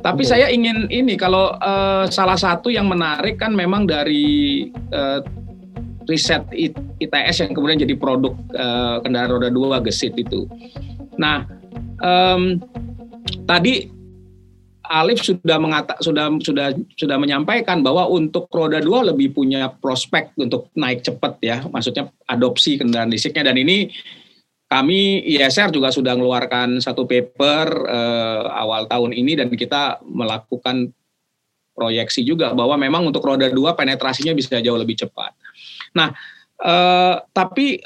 Tapi saya ingin ini, kalau salah satu yang menarik kan memang dari riset ITS yang kemudian jadi produk kendaraan roda 2 gesit itu. Nah, tadi Alif sudah menyampaikan bahwa untuk roda 2 lebih punya prospek untuk naik cepat ya, maksudnya adopsi kendaraan listriknya. Dan ini kami ISR juga sudah mengeluarkan satu paper awal tahun ini, dan kita melakukan proyeksi juga bahwa memang untuk roda 2 penetrasinya bisa jauh lebih cepat. Nah, tapi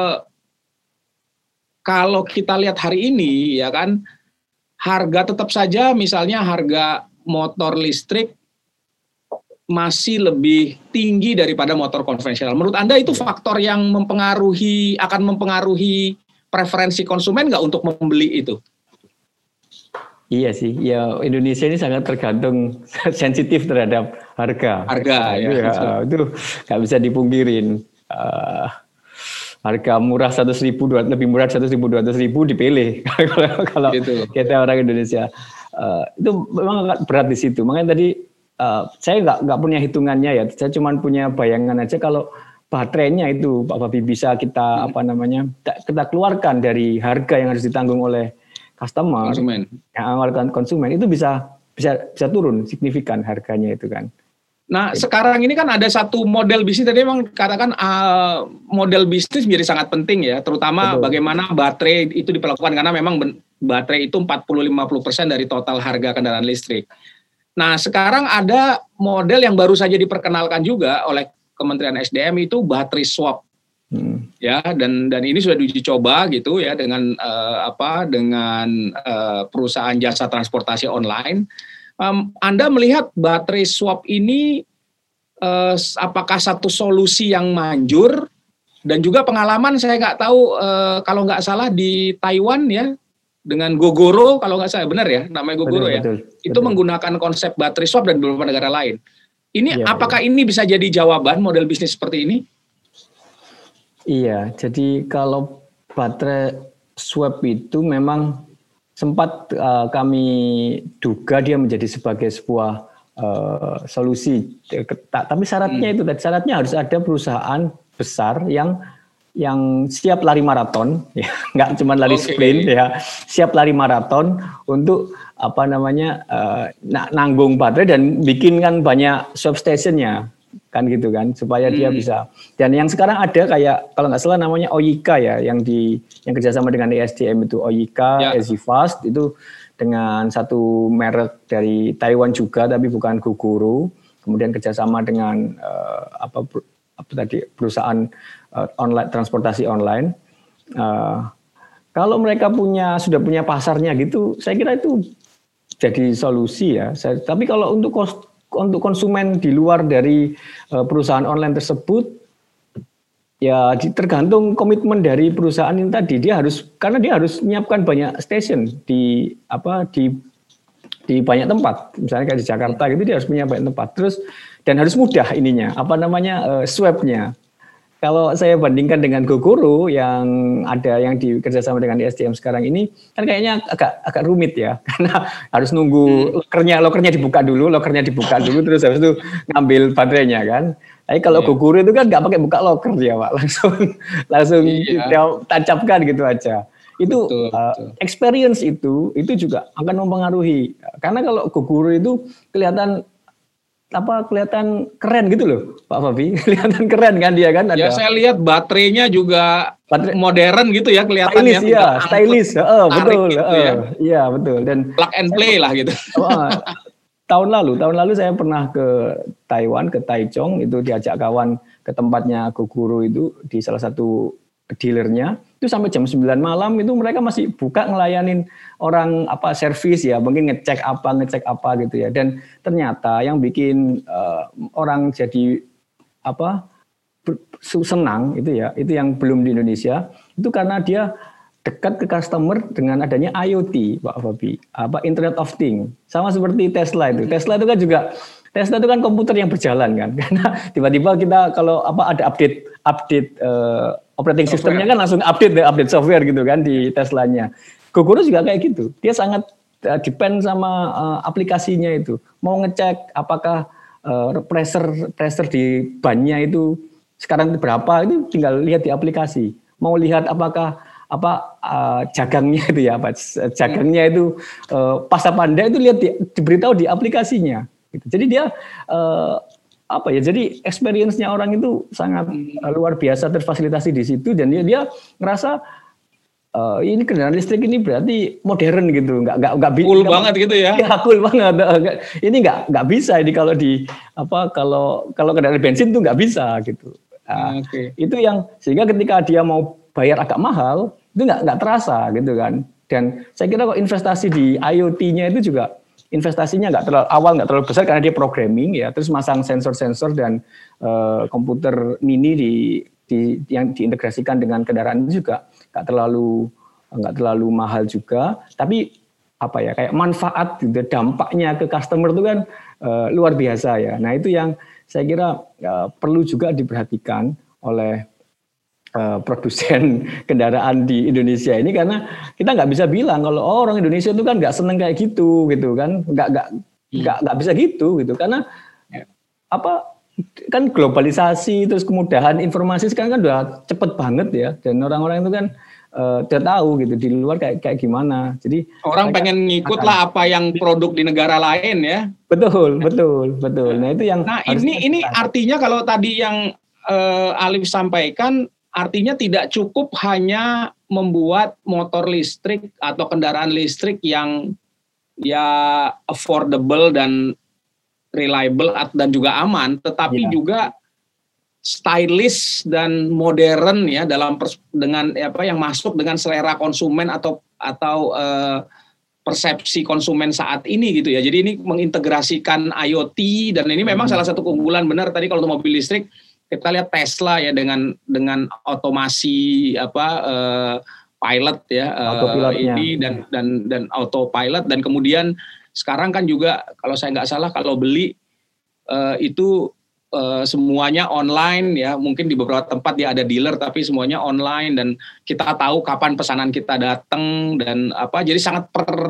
kalau kita lihat hari ini ya kan, harga tetap saja misalnya harga motor listrik masih lebih tinggi daripada motor konvensional. Menurut Anda itu faktor yang akan mempengaruhi preferensi konsumen nggak untuk membeli itu? Iya sih, ya Indonesia ini sangat tergantung sensitif terhadap harga. Harga ya. Itu nggak bisa dipungkirin. Harga murah 100.000, lebih murah 100.000, 200.000 dipilih kalau gitu. Kita orang Indonesia. Itu memang agak berat di situ. Makanya tadi saya nggak punya hitungannya ya. Saya cuma punya bayangan aja kalau baterainya itu Pak Fabi bisa kita kita keluarkan dari harga yang harus ditanggung oleh konsumen itu bisa turun signifikan harganya itu kan. Nah, sekarang ini kan ada satu model bisnis, tadi memang katakan model bisnis menjadi sangat penting ya, terutama bagaimana baterai itu diperlakukan, karena memang baterai itu 40-50% dari total harga kendaraan listrik. Nah, sekarang ada model yang baru saja diperkenalkan juga oleh Kementerian SDM, itu baterai swap. Ya, dan ini sudah diuji coba gitu ya dengan perusahaan jasa transportasi online. Anda melihat baterai swap ini apakah satu solusi yang manjur, dan juga pengalaman saya nggak tahu kalau nggak salah di Taiwan ya dengan Gogoro, kalau nggak salah, benar ya namanya Gogoro, betul. Itu menggunakan konsep baterai swap dan beberapa negara lain. Ini apakah ini bisa jadi jawaban model bisnis seperti ini? Iya, jadi kalau baterai swap itu memang sempat kami duga dia menjadi sebagai sebuah solusi. Tapi syaratnya syaratnya harus ada perusahaan besar yang siap lari maraton, ya, nggak cuma lari sprint ya, siap lari maraton untuk nanggung baterai dan bikinkan banyak swap stationnya. Kan gitu kan, supaya dia bisa. Dan yang sekarang ada kayak kalau nggak salah namanya Oyika ya, yang kerjasama dengan ESDM itu Oyika, EasyFast itu dengan satu merek dari Taiwan juga, tapi bukan Gogoro. Kemudian kerjasama dengan perusahaan online transportasi online. Kalau mereka sudah punya pasarnya gitu, saya kira itu jadi solusi ya. Tapi kalau untuk konsumen di luar dari perusahaan online tersebut, ya tergantung komitmen dari perusahaan ini tadi. Karena dia harus menyiapkan banyak station di banyak tempat. Misalnya kayak di Jakarta gitu, dia harus punya banyak tempat. Terus dan harus mudah ininya, swabnya. Kalau saya bandingkan dengan Gogoro yang dikerjasama dengan ESDM sekarang ini, kan kayaknya agak rumit ya, karena harus nunggu lokernya dibuka dulu, terus habis itu ngambil baterainya kan. Tapi kalau Gogoro itu kan nggak pakai buka loker ya Pak, langsung tancapkan gitu aja. Itu betul. Experience itu juga akan mempengaruhi, karena kalau Gogoro itu kelihatan keren gitu loh Pak Fabi, kelihatan keren kan dia kan. Ya saya lihat baterainya juga modern gitu ya kelihatannya. Stylish, betul. Gitu iya betul. Dan plug and play lah gitu. Tahun lalu saya pernah ke Taiwan, ke Taichung, itu diajak kawan ke tempatnya Gogoro itu di salah satu dealernya. Itu sampai jam 9 malam itu mereka masih buka ngelayanin orang servis ya, mungkin ngecek apa gitu ya. Dan ternyata yang bikin orang jadi senang itu ya, itu yang belum di Indonesia, itu karena dia dekat ke customer dengan adanya IoT, Pak Fabi, Internet of Things. Sama seperti Tesla itu. Tesla itu kan komputer yang berjalan kan. Karena tiba-tiba kita kalau ada update operating systemnya kan langsung update software gitu kan di Teslanya. Gogoro juga kayak gitu. Dia sangat depend sama aplikasinya itu. Mau ngecek apakah pressure di bannya itu sekarang berapa, itu tinggal lihat di aplikasi. Mau lihat apakah jagangnya itu ya, jagangnya itu pas apa enggak, itu lihat diberitahu di aplikasinya. Gitu. Jadi dia jadi experience-nya orang itu sangat luar biasa terfasilitasi di situ, dan dia ngerasa ini kendaraan listrik ini berarti modern gitu, nggak cool banget gitu ya. Iya, cool banget. Ini nggak bisa ini kalau kalau kendaraan bensin tuh nggak bisa gitu. Itu yang sehingga ketika dia mau bayar agak mahal itu nggak terasa gitu kan. Dan saya kira kok investasi di IoT-nya itu juga investasinya nggak terlalu besar karena dia programming ya, terus masang sensor-sensor dan komputer mini yang diintegrasikan dengan kendaraan itu juga nggak terlalu mahal juga, tapi kayak manfaat gitu, dampaknya ke customer itu kan luar biasa ya. Nah itu yang saya kira perlu juga diperhatikan oleh produsen kendaraan di Indonesia ini, karena kita nggak bisa bilang kalau orang Indonesia itu kan nggak seneng kayak gitu kan, nggak bisa gitu karena kan globalisasi, terus kemudahan informasi sekarang kan udah cepet banget ya, dan orang-orang itu kan udah tahu gitu di luar kayak gimana. Jadi orang pengen ngikut lah apa yang produk di negara lain ya. Betul. Nah itu yang. Nah ini artinya kalau tadi yang Alif sampaikan, artinya tidak cukup hanya membuat motor listrik atau kendaraan listrik yang ya affordable dan reliable dan juga aman, tetapi juga stylish dan modern ya dengan yang masuk dengan selera konsumen atau persepsi konsumen saat ini gitu ya. Jadi ini mengintegrasikan IoT, dan ini memang salah satu keunggulan benar tadi kalau untuk mobil listrik. Kita lihat Tesla ya dengan otomasi pilot ya ini dan autopilot, dan kemudian sekarang kan juga kalau saya nggak salah kalau beli itu semuanya online ya, mungkin di beberapa tempat dia ada dealer tapi semuanya online, dan kita tahu kapan pesanan kita datang dan jadi sangat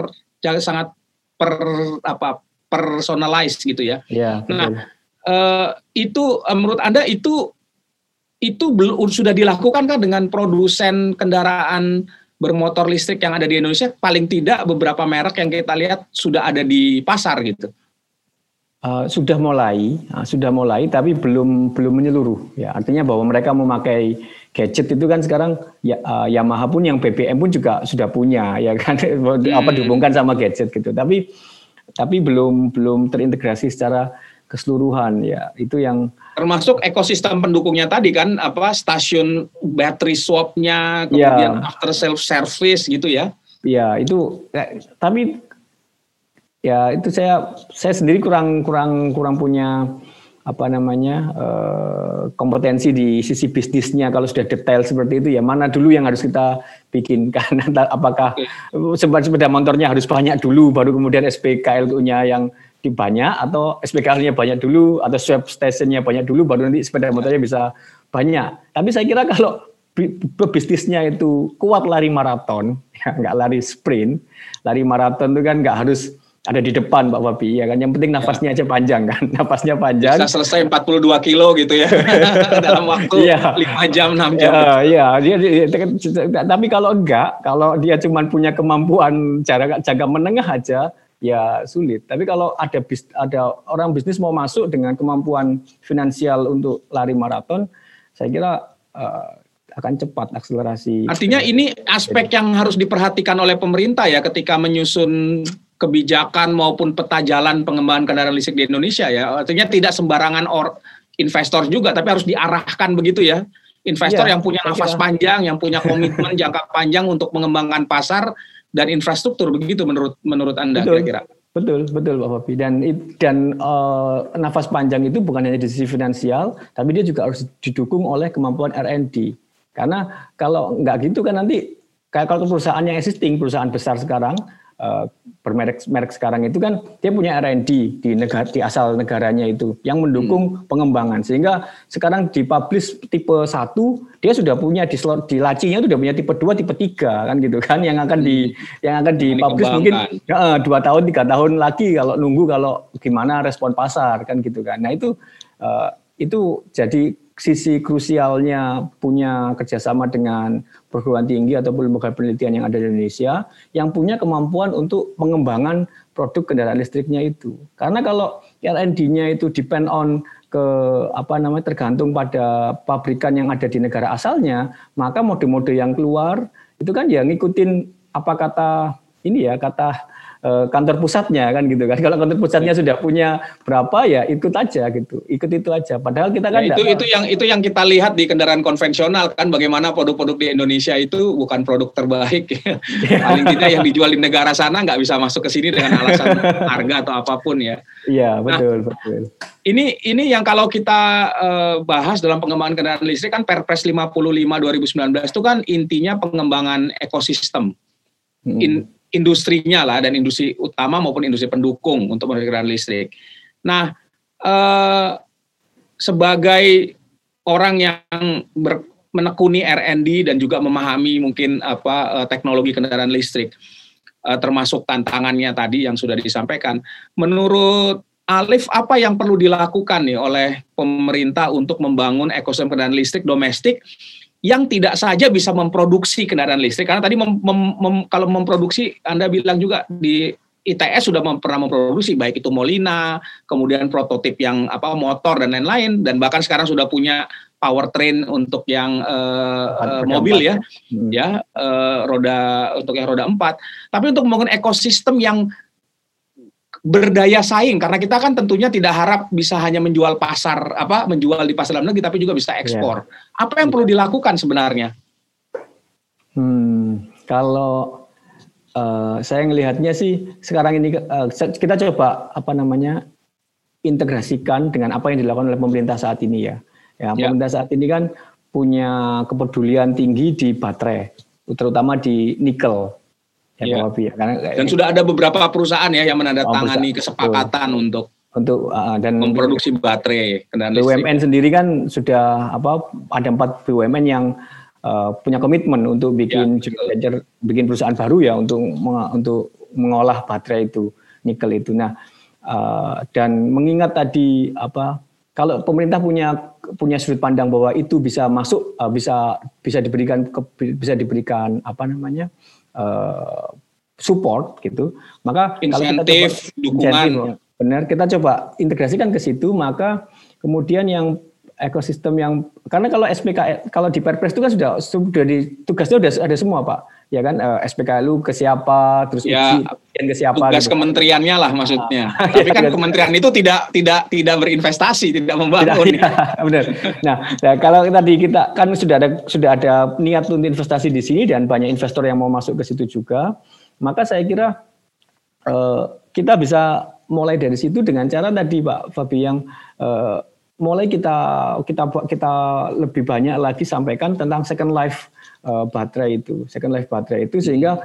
personalized gitu ya. Ya, nah itu menurut Anda itu sudah dilakukan kan dengan produsen kendaraan bermotor listrik yang ada di Indonesia? Paling tidak beberapa merek yang kita lihat sudah ada di pasar gitu. Sudah mulai tapi belum menyeluruh ya. Artinya bahwa mereka memakai gadget itu kan sekarang ya, Yamaha pun yang BBM pun juga sudah punya ya kan, dihubungkan sama gadget gitu. Tapi belum terintegrasi secara keseluruhan ya, itu yang termasuk ekosistem pendukungnya tadi kan, stasiun battery swap-nya, kemudian after self service gitu ya. Iya, itu tapi ya itu saya sendiri kurang punya kompetensi di sisi bisnisnya. Kalau sudah detail seperti itu ya, mana dulu yang harus kita bikinkan, apakah sepeda motornya harus banyak dulu baru kemudian SPKLU-nya yang banyak, atau SPKL-nya banyak dulu, atau swap station-nya banyak dulu baru nanti sepeda motornya bisa banyak. Tapi saya kira kalau bisnisnya itu kuat lari maraton, ya nggak lari sprint. Lari maraton itu kan nggak harus ada di depan Pak Fabi, ya kan, yang penting nafasnya aja panjang kan, nafasnya panjang. Bisa selesai 42 kilo gitu ya dalam waktu 5 jam 6 jam. Iya, tapi kalau dia cuma punya kemampuan jangka menengah aja, ya sulit. Tapi kalau ada orang bisnis mau masuk dengan kemampuan finansial untuk lari maraton, saya kira akan cepat akselerasi. Artinya ini aspek yang harus diperhatikan oleh pemerintah ya ketika menyusun kebijakan maupun peta jalan pengembangan kendaraan listrik di Indonesia ya. Artinya tidak sembarangan investor juga, tapi harus diarahkan begitu ya. Investor yang punya nafas panjang, yang punya komitmen jangka panjang untuk mengembangkan pasar dan infrastruktur, begitu menurut Anda kira-kira? Betul Pak Fabi. Dan nafas panjang itu bukan hanya di sisi finansial, tapi dia juga harus didukung oleh kemampuan R&D. Karena kalau nggak gitu kan nanti kalau perusahaan yang existing, perusahaan besar sekarang, bermerek sekarang itu kan dia punya R&D di asal negaranya itu yang mendukung pengembangan, sehingga sekarang dipublish tipe 1 dia sudah punya di lacinya itu sudah punya tipe 2, tipe 3 kan gitu kan, yang akan dipublish mungkin 2 tahun 3 tahun lagi kalau nunggu kalau gimana respon pasar kan gitu kan. Nah itu jadi sisi krusialnya punya kerjasama dengan perguruan tinggi ataupun lembaga penelitian yang ada di Indonesia yang punya kemampuan untuk pengembangan produk kendaraan listriknya itu. Karena kalau R&D-nya itu depend on tergantung pada pabrikan yang ada di negara asalnya, maka mode-mode yang keluar itu kan ya ngikutin kata kantor pusatnya kan gitu kan. Kalau kantor pusatnya sudah punya berapa ya ikut aja gitu, ikut itu aja. Padahal kita kan itu yang kita lihat di kendaraan konvensional kan, bagaimana produk-produk di Indonesia itu bukan produk terbaik. Paling tidak yang dijual di negara sana nggak bisa masuk ke sini dengan alasan harga atau apapun ya. Iya betul. Ini yang kalau kita bahas dalam pengembangan kendaraan listrik kan Perpres 55 2019 itu kan intinya pengembangan ekosistem. Industrinya lah, dan industri utama maupun industri pendukung untuk kendaraan listrik. Nah, sebagai orang yang menekuni R&D dan juga memahami mungkin teknologi kendaraan listrik, termasuk tantangannya tadi yang sudah disampaikan, menurut Alif apa yang perlu dilakukan nih oleh pemerintah untuk membangun ekosistem kendaraan listrik domestik yang tidak saja bisa memproduksi kendaraan listrik, karena tadi kalau memproduksi Anda bilang juga di ITS sudah pernah memproduksi, baik itu Molina, kemudian prototip yang motor dan lain-lain, dan bahkan sekarang sudah punya powertrain untuk yang mobil untuk yang roda 4. Tapi untuk membangun ekosistem yang berdaya saing, karena kita kan tentunya tidak harap bisa hanya menjual di pasar dalam negeri, tapi juga bisa ekspor. Apa yang perlu dilakukan sebenarnya? Kalau saya melihatnya sih sekarang ini kita coba integrasikan dengan apa yang dilakukan oleh pemerintah saat ini ya. Pemerintah saat ini kan punya kepedulian tinggi di baterai, terutama di nikel. Dan sudah ada beberapa perusahaan yang menandatangani kesepakatan untuk dan memproduksi baterai kendaraan listrik. BUMN sendiri kan sudah ada 4 BUMN yang punya komitmen untuk bikin perusahaan baru ya untuk mengolah baterai itu, nikel itu. Nah, dan mengingat tadi kalau pemerintah punya sudut pandang bahwa itu bisa masuk, bisa diberikan support gitu, maka insentif, dukungan, benar, kita coba integrasikan ke situ, maka kemudian yang ekosistem yang, karena kalau di Perpres itu kan sudah tugasnya sudah ada semua Pak, ya kan, SPKLU ke siapa, terus ujian ke siapa, tugas kementeriannya lah maksudnya. Tapi kan kementerian itu tidak berinvestasi, tidak membangun. Benar. Nah, kalau tadi kita kan sudah ada niat untuk investasi di sini dan banyak investor yang mau masuk ke situ juga, maka saya kira kita bisa mulai dari situ dengan cara tadi Pak Fabi yang mulai kita lebih banyak lagi sampaikan tentang second life baterai itu, sehingga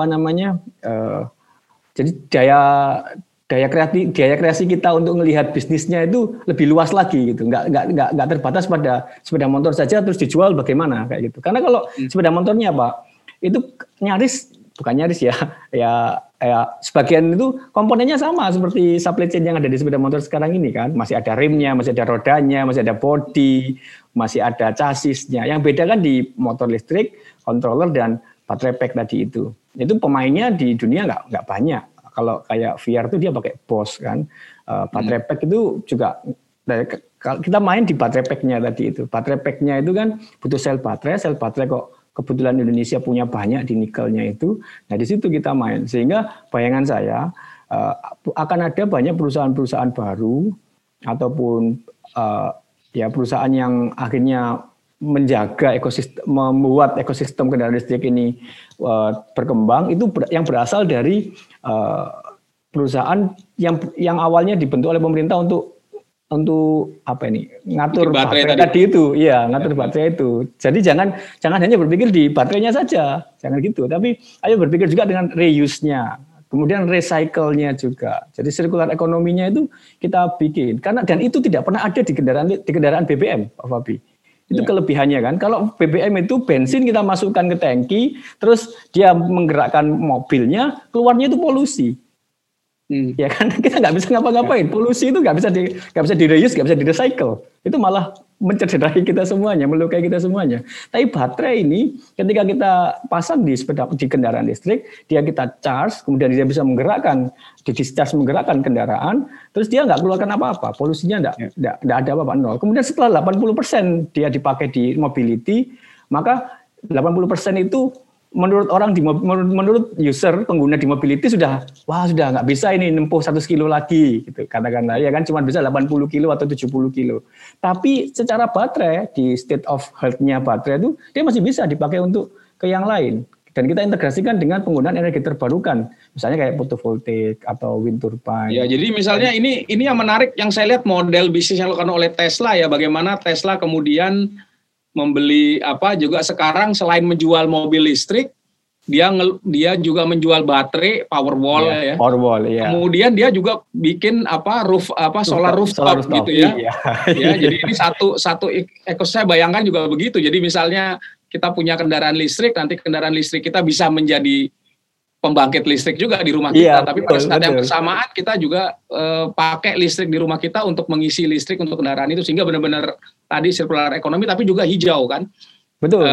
jadi daya kreasi kita untuk melihat bisnisnya itu lebih luas lagi gitu, nggak terbatas pada sepeda motor saja terus dijual bagaimana kayak gitu. Karena kalau sepeda motornya Pak itu bukan nyaris ya sebagian itu komponennya sama seperti supply chain yang ada di sepeda motor sekarang ini kan, masih ada remnya, masih ada rodanya, masih ada body, masih ada chassisnya. Yang beda kan di motor listrik, controller dan baterai pack tadi itu pemainnya di dunia nggak banyak. Kalau kayak VR itu dia pakai Bosch kan, baterai pack itu juga kita main di baterai packnya tadi itu. Baterai packnya itu kan butuh sel baterai kok kebetulan Indonesia punya banyak di nikelnya itu. Nah di situ kita main, sehingga bayangan saya akan ada banyak perusahaan-perusahaan baru ataupun perusahaan yang akhirnya menjaga ekosistem, membuat ekosistem kendaraan listrik ini berkembang, itu yang berasal dari perusahaan yang awalnya dibentuk oleh pemerintah untuk ngatur baterai tadi itu, ngatur baterai itu. Jadi jangan hanya berpikir di baterainya saja, jangan gitu. Tapi ayo berpikir juga dengan reuse-nya, kemudian recycle-nya juga. Jadi sirkular ekonominya itu kita bikin. Dan itu tidak pernah ada di kendaraan BBM, Pak Fabi. Itu kelebihannya kan. Kalau BBM itu bensin kita masukkan ke tangki, terus dia menggerakkan mobilnya, keluarnya itu polusi. Ya kan, kita nggak bisa ngapa-ngapain. Polusi itu nggak bisa di-reuse, nggak bisa di-recycle. Itu malah mencederai kita semuanya, melukai kita semuanya. Tapi baterai ini ketika kita pasang di kendaraan listrik, dia kita charge, kemudian dia bisa menggerakkan, di-discharge menggerakkan kendaraan, terus dia nggak keluarkan apa-apa, polusinya nggak ada apa-apa, nol. Kemudian setelah 80% dia dipakai di mobility, maka 80% itu menurut orang menurut user pengguna di mobility sudah nggak bisa ini nempuh 100 kilo lagi gitu katakanlah ya kan, cuma bisa 80 kilo atau 70 kilo. Tapi secara baterai di state of health-nya baterai itu dia masih bisa dipakai untuk ke yang lain, dan kita integrasikan dengan penggunaan energi terbarukan, misalnya kayak photovoltaik atau wind turbine. Ya, jadi misalnya ini yang menarik yang saya lihat model bisnis yang dilakukan oleh Tesla ya, bagaimana Tesla kemudian membeli juga sekarang selain menjual mobil listrik, dia juga menjual baterai Powerwall ya. Powerwall ya. Kemudian dia juga bikin solar rooftop gitu ya. Ya, jadi ini satu ekosistem, saya bayangkan juga begitu. Jadi misalnya kita punya kendaraan listrik, nanti kendaraan listrik kita bisa menjadi pembangkit listrik juga di rumah kita, tapi pada saat yang bersamaan kita juga pakai listrik di rumah kita untuk mengisi listrik untuk kendaraan itu, sehingga benar-benar tadi sirkular ekonomi tapi juga hijau kan. Betul.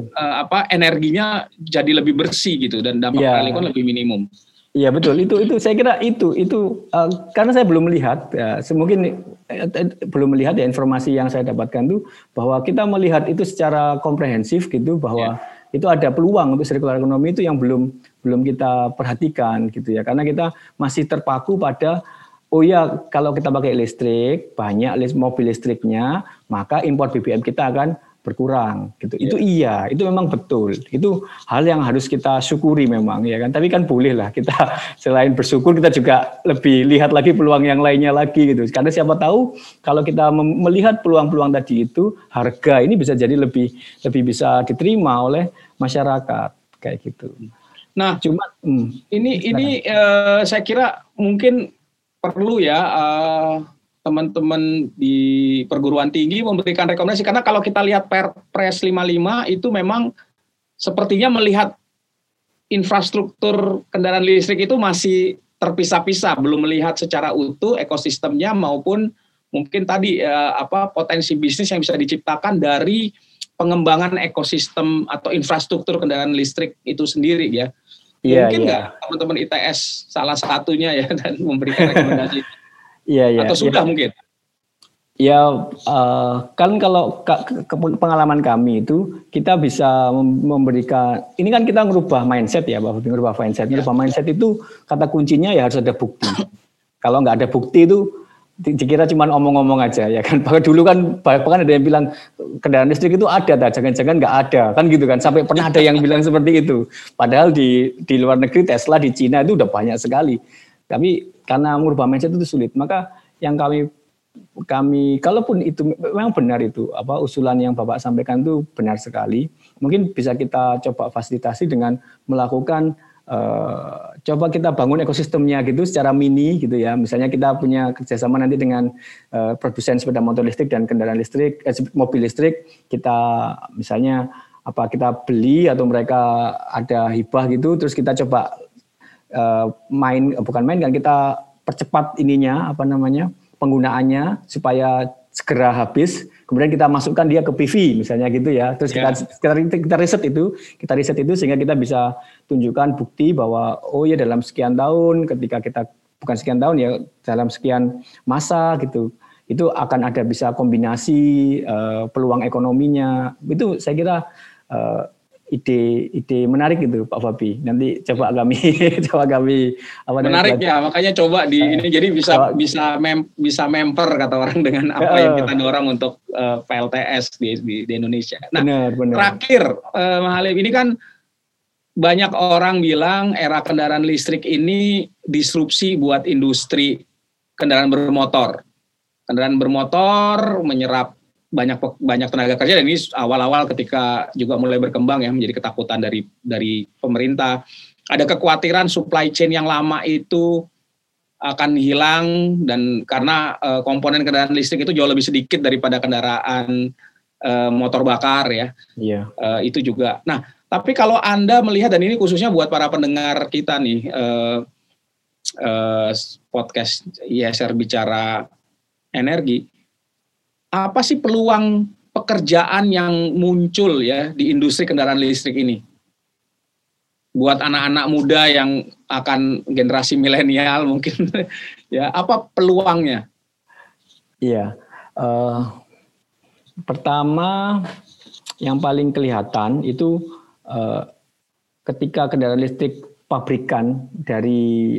Energinya jadi lebih bersih gitu dan dampak lingkungan lebih minimum. Iya betul, itu saya kira itu karena saya belum melihat mungkin belum melihat ya informasi yang saya dapatkan tuh bahwa kita melihat itu secara komprehensif gitu, bahwa itu ada peluang untuk sirkular ekonomi itu yang belum kita perhatikan gitu ya, karena kita masih terpaku pada kalau kita pakai listrik, banyak mobil listriknya, maka impor BBM kita akan berkurang gitu. Itu itu memang betul. Itu hal yang harus kita syukuri memang ya kan. Tapi kan boleh lah kita selain bersyukur kita juga lebih lihat lagi peluang yang lainnya lagi gitu. Karena siapa tahu kalau kita melihat peluang-peluang tadi itu, harga ini bisa jadi lebih bisa diterima oleh masyarakat kayak gitu. Nah, ini saya kira mungkin perlu ya teman-teman di perguruan tinggi memberikan rekomendasi, karena kalau kita lihat Perpres 55 itu memang sepertinya melihat infrastruktur kendaraan listrik itu masih terpisah-pisah, belum melihat secara utuh ekosistemnya maupun mungkin tadi potensi bisnis yang bisa diciptakan dari pengembangan ekosistem atau infrastruktur kendaraan listrik itu sendiri ya. Mungkin nggak teman-teman ITS salah satunya ya dan memberikan rekomendasi. Atau sudah mungkin? Kan kalau pengalaman kami itu kita bisa memberikan, ini kan kita ngerubah mindset ya, ngerubah mindset itu kata kuncinya ya harus ada bukti. Kalau nggak ada bukti itu dikira cuma omong-omong aja ya kan. Bahkan dulu kan bahkan ada yang bilang kendaraan listrik itu ada, jangan-jangan nggak ada kan gitu kan. Sampai pernah ada yang bilang seperti itu. Padahal di luar negeri Tesla di Cina itu udah banyak sekali. Tapi karena merubah mindset itu sulit, maka yang kami kalaupun itu memang benar itu usulan yang Bapak sampaikan itu benar sekali, mungkin bisa kita coba fasilitasi dengan melakukan coba kita bangun ekosistemnya gitu secara mini gitu ya. Misalnya kita punya kerjasama nanti dengan produsen sepeda motor listrik dan kendaraan listrik, mobil listrik, kita misalnya kita beli atau mereka ada hibah gitu, terus kita coba kita percepat penggunaannya supaya segera habis, kemudian kita masukkan dia ke PV misalnya gitu ya, terus kita riset itu sehingga kita bisa tunjukkan bukti bahwa dalam sekian tahun, ketika kita bukan sekian tahun ya, dalam sekian masa gitu, itu akan ada bisa kombinasi peluang ekonominya. Itu saya kira ide menarik itu Pak Fabi. Nanti coba kami menarik ya, makanya coba ini jadi bisa member kata orang dengan apa yang kita dorong untuk PLTS di Indonesia. Nah, benar. Terakhir Mas Halim, ini kan banyak orang bilang era kendaraan listrik ini disrupsi buat industri kendaraan bermotor. Kendaraan bermotor menyerap banyak tenaga kerja, dan ini awal-awal ketika juga mulai berkembang ya, menjadi ketakutan dari pemerintah. ada kekhawatiran supply chain yang lama itu akan hilang, dan karena komponen kendaraan listrik itu jauh lebih sedikit daripada kendaraan motor bakar ya. Iya. Itu juga. Nah, tapi kalau Anda melihat, dan ini khususnya buat para pendengar kita nih, podcast ISR Bicara Energi, apa sih peluang pekerjaan yang muncul ya di industri kendaraan listrik ini? Buat anak-anak muda yang akan generasi milenial mungkin, ya apa peluangnya? Iya, pertama yang paling kelihatan itu ketika kendaraan listrik pabrikan dari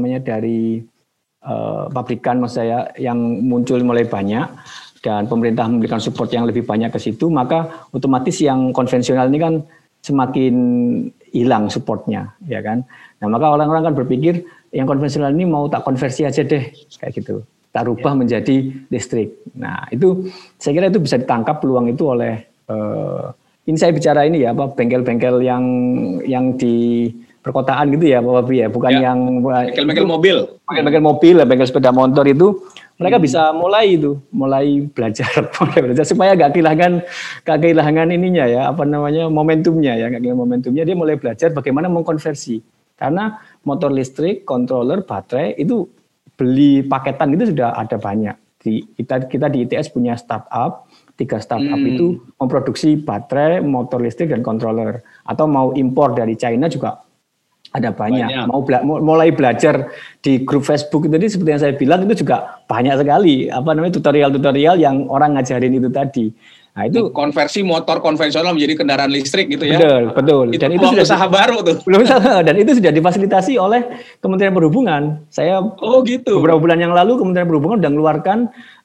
pabrikan maksud saya yang muncul mulai banyak dan pemerintah memberikan support yang lebih banyak ke situ, maka otomatis yang konvensional ini kan semakin hilang supportnya, ya kan. Nah, maka orang-orang kan berpikir yang konvensional ini mau tak konversi aja deh, kayak gitu, tak rubah menjadi listrik. Nah, itu saya kira itu bisa ditangkap peluang itu oleh ini saya bicara ini ya, bengkel-bengkel yang di perkotaan gitu ya, Pak Wabi ya, bukan yang bengkel-bengkel mobil, bengkel sepeda motor itu. Mereka bisa mulai belajar supaya gak kehilangan ininya ya, momentumnya ya, gak kehilangan momentumnya. Dia mulai belajar bagaimana mengkonversi, karena motor listrik, controller, baterai itu beli paketan itu sudah ada banyak. Kita di ITS punya startup, 3 startup itu memproduksi baterai, motor listrik dan controller. Atau mau impor dari China juga ada banyak. Mulai belajar di grup Facebook itu, seperti yang saya bilang, itu juga banyak sekali tutorial-tutorial yang orang ngajarin itu tadi. Nah, itu konversi motor konvensional menjadi kendaraan listrik gitu ya. Betul. Dan itu sudah usaha baru tuh. Dan itu sudah difasilitasi oleh Kementerian Perhubungan. Saya beberapa bulan yang lalu Kementerian Perhubungan sudah mengeluarkan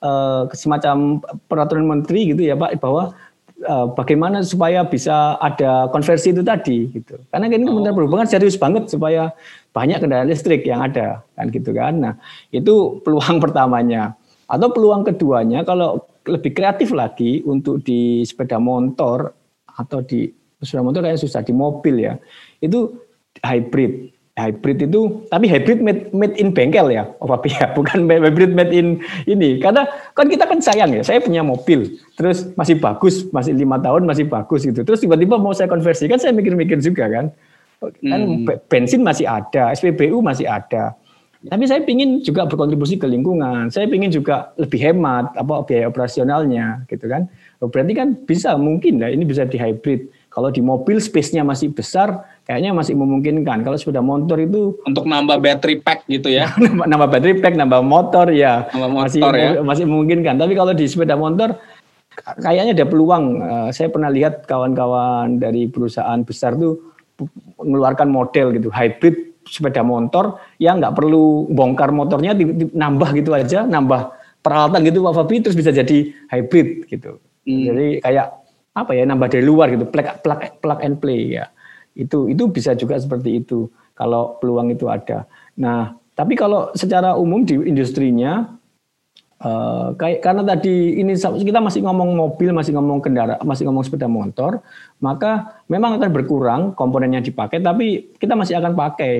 semacam peraturan menteri gitu ya Pak, bahwa bagaimana supaya bisa ada konversi itu tadi gitu. Karena ini Kementerian Perhubungan serius banget supaya banyak kendaraan listrik yang ada kan gitu kan. Nah, itu peluang pertamanya. Atau peluang keduanya kalau lebih kreatif lagi untuk di sepeda motor atau di sepeda motor kayaknya susah, di mobil ya. Itu hybrid. Hybrid itu, tapi hybrid made in bengkel ya, bukan hybrid made in ini. Karena kan kita kan sayang ya, saya punya mobil, terus masih bagus, masih 5 tahun masih bagus gitu. Terus tiba-tiba mau saya konversi, kan saya mikir-mikir juga kan. Kan bensin masih ada, SPBU masih ada. Tapi saya ingin juga berkontribusi ke lingkungan. Saya ingin juga lebih hemat biaya operasionalnya gitu kan. Berarti kan bisa, mungkin lah ini bisa di hybrid. Kalau di mobil space-nya masih besar, kayaknya masih memungkinkan. Kalau sepeda motor itu untuk nambah battery pack gitu ya. nambah battery pack, nambah motor ya. Masih memungkinkan. Tapi kalau di sepeda motor kayaknya ada peluang. Saya pernah lihat kawan-kawan dari perusahaan besar tuh mengeluarkan model gitu, hybrid sepeda motor yang nggak perlu bongkar motornya, nambah gitu aja, nambah peralatan gitu Pak Fabi, terus bisa jadi hybrid gitu. Jadi kayak nambah dari luar gitu, plug and play ya. Itu bisa juga seperti itu kalau peluang itu ada. Nah, tapi kalau secara umum di industrinya karena tadi ini kita masih ngomong mobil, masih ngomong kendaraan, masih ngomong sepeda motor, maka memang akan berkurang komponen yang dipakai, tapi kita masih akan pakai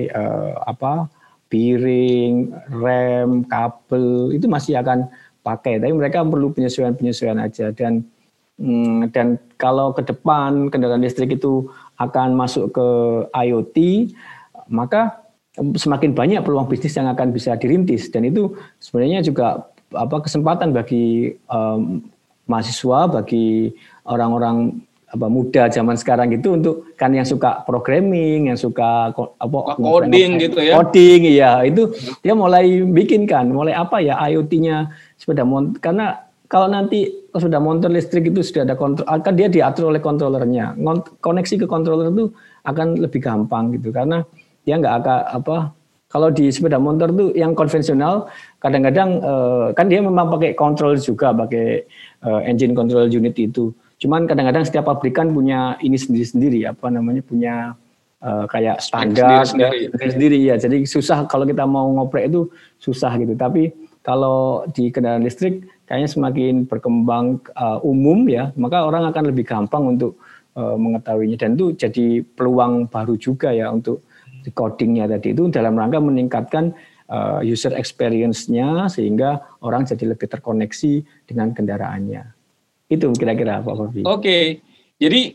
bearing, rem, kabel, itu masih akan pakai, tapi mereka perlu penyesuaian aja. Dan kalau ke depan kendaraan listrik itu akan masuk ke IoT, maka semakin banyak peluang bisnis yang akan bisa dirintis, dan itu sebenarnya juga kesempatan bagi mahasiswa, bagi orang-orang muda zaman sekarang gitu, untuk kan yang suka programming, yang suka coding gitu ya. Coding ya, itu dia mulai bikinkan, IoT-nya sepeda motor. Karena kalau nanti sepeda motor listrik itu sudah ada kontrol, akan dia diatur oleh kontrolernya. Koneksi ke kontroler itu akan lebih gampang gitu, karena dia nggak akan kalau di sepeda motor tuh yang konvensional kadang-kadang kan dia memang pakai kontrol juga, pakai engine control unit itu. Cuman kadang-kadang setiap pabrikan punya ini sendiri-sendiri, punya kayak standar sendiri ya. Jadi susah kalau kita mau ngoprek itu susah gitu. Tapi kalau di kendaraan listrik kayaknya semakin berkembang umum ya, maka orang akan lebih gampang untuk mengetahuinya, dan itu jadi peluang baru juga ya untuk codingnya tadi itu dalam rangka meningkatkan user experience-nya sehingga orang jadi lebih terkoneksi dengan kendaraannya. Itu kira-kira Pak Bobi. Oke, jadi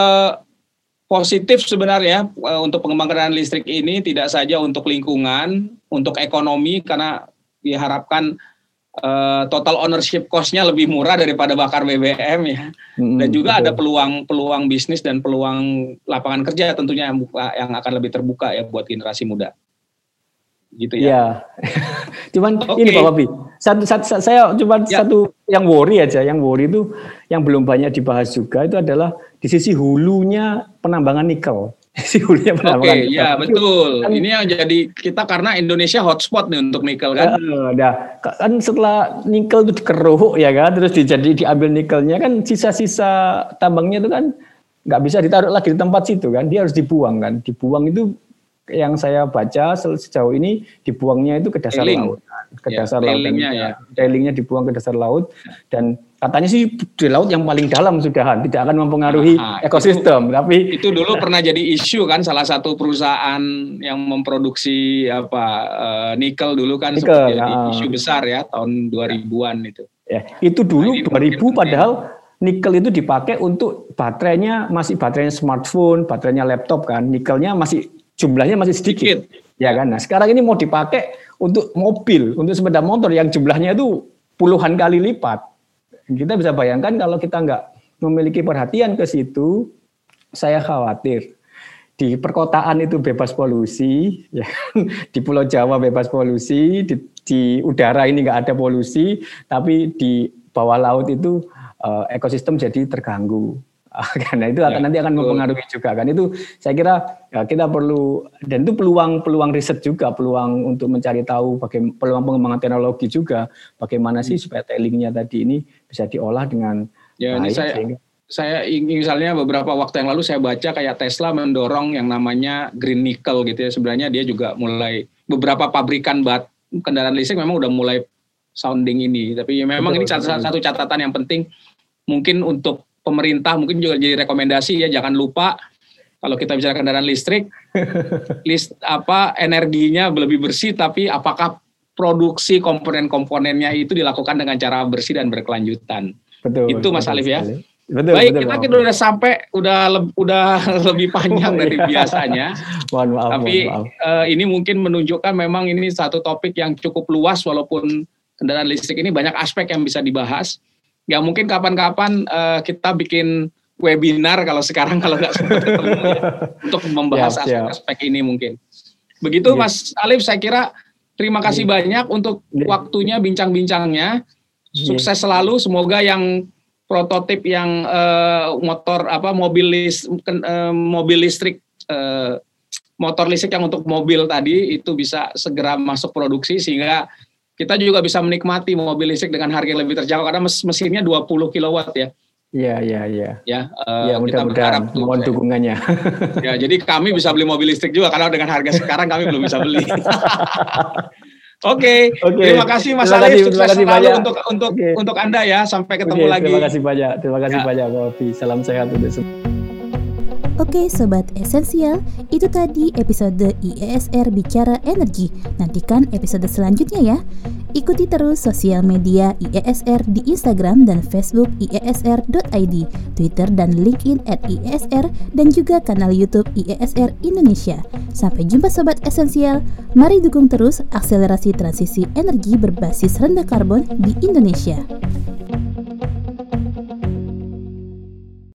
positif sebenarnya untuk pengembangan kendaraan listrik ini tidak saja untuk lingkungan, untuk ekonomi karena diharapkan total ownership cost-nya lebih murah daripada bakar BBM ya. Dan juga ada peluang bisnis dan peluang lapangan kerja tentunya yang akan lebih terbuka ya buat generasi muda. Gitu ya. Iya. Cuman ini Pak Bobi, saya cuma satu yang worry aja, yang worry itu yang belum banyak dibahas juga itu adalah di sisi hulunya penambangan nikel. Oke, ya betul. Ini yang jadi kita karena Indonesia hotspot nih untuk nikel kan. Kan setelah nikel itu dikeruk ya kan, terus diambil nikelnya kan sisa-sisa tambangnya itu kan nggak bisa ditaruh lagi di tempat situ kan, dia harus dibuang kan. Dibuang itu yang saya baca sejauh ini dibuangnya itu ke dasar laut, ke dasar laut. Tailingnya dibuang ke dasar laut dan katanya sih di laut yang paling dalam sudahan, tidak akan mempengaruhi ekosistem. Tapi itu dulu pernah jadi isu kan, salah satu perusahaan yang memproduksi nikel dulu kan sempat jadi isu besar ya tahun 2000-an itu. Ya, itu dulu 2000 padahal nikel itu dipakai untuk baterainya smartphone, baterainya laptop kan, nikelnya jumlahnya masih sedikit. Ya kan. Nah, sekarang ini mau dipakai untuk mobil, untuk sepeda motor yang jumlahnya itu puluhan kali lipat. Kita bisa bayangkan kalau kita nggak memiliki perhatian ke situ, saya khawatir di perkotaan itu bebas polusi, ya, di Pulau Jawa bebas polusi, di udara ini nggak ada polusi, tapi di bawah laut itu ekosistem jadi terganggu. Karena itu nanti akan mempengaruhi juga kan. Itu saya kira kita perlu, dan itu peluang riset juga, peluang untuk mencari tahu peluang pengembangan teknologi juga bagaimana sih supaya tailingnya tadi ini bisa diolah dengan baik. Ini saya misalnya beberapa waktu yang lalu saya baca kayak Tesla mendorong yang namanya green nickel gitu ya. Sebenarnya dia juga mulai beberapa pabrikan kendaraan listrik memang udah mulai sounding ini. Tapi memang ini satu catatan yang penting mungkin untuk pemerintah mungkin juga jadi rekomendasi ya, jangan lupa kalau kita bicara kendaraan listrik, energinya lebih bersih, tapi apakah produksi komponen-komponennya itu dilakukan dengan cara bersih dan berkelanjutan. Itu Mas Alif ya. Baik, kita udah lebih panjang dari biasanya. Tapi ini mungkin menunjukkan memang ini satu topik yang cukup luas, walaupun kendaraan listrik ini banyak aspek yang bisa dibahas. Ya mungkin kapan-kapan kita bikin webinar kalau nggak sempat ketemu ya, untuk membahas aspek-aspek ini mungkin. Begitu Mas Alif, saya kira terima kasih banyak untuk waktunya, bincang-bincangnya. Sukses selalu, semoga yang prototip yang mobil listrik, motor listrik yang untuk mobil tadi itu bisa segera masuk produksi sehingga kita juga bisa menikmati mobil listrik dengan harga yang lebih terjangkau karena mesinnya 20 kW ya. Iya. Kita berharap mohon dukungannya. Ya, jadi kami bisa beli mobil listrik juga karena dengan harga sekarang kami belum bisa beli. Oke. Terima kasih Mas Alif, sukses selalu untuk Anda ya. Sampai ketemu lagi. Terima kasih banyak Pak Bobi. Salam sehat untuk semua. Oke Sobat Esensial, itu tadi episode IESR Bicara Energi. Nantikan episode selanjutnya ya. Ikuti terus sosial media IESR di Instagram dan Facebook iesr.id, Twitter dan LinkedIn @IESR, dan juga kanal YouTube IESR Indonesia. Sampai jumpa Sobat Esensial, mari dukung terus akselerasi transisi energi berbasis rendah karbon di Indonesia.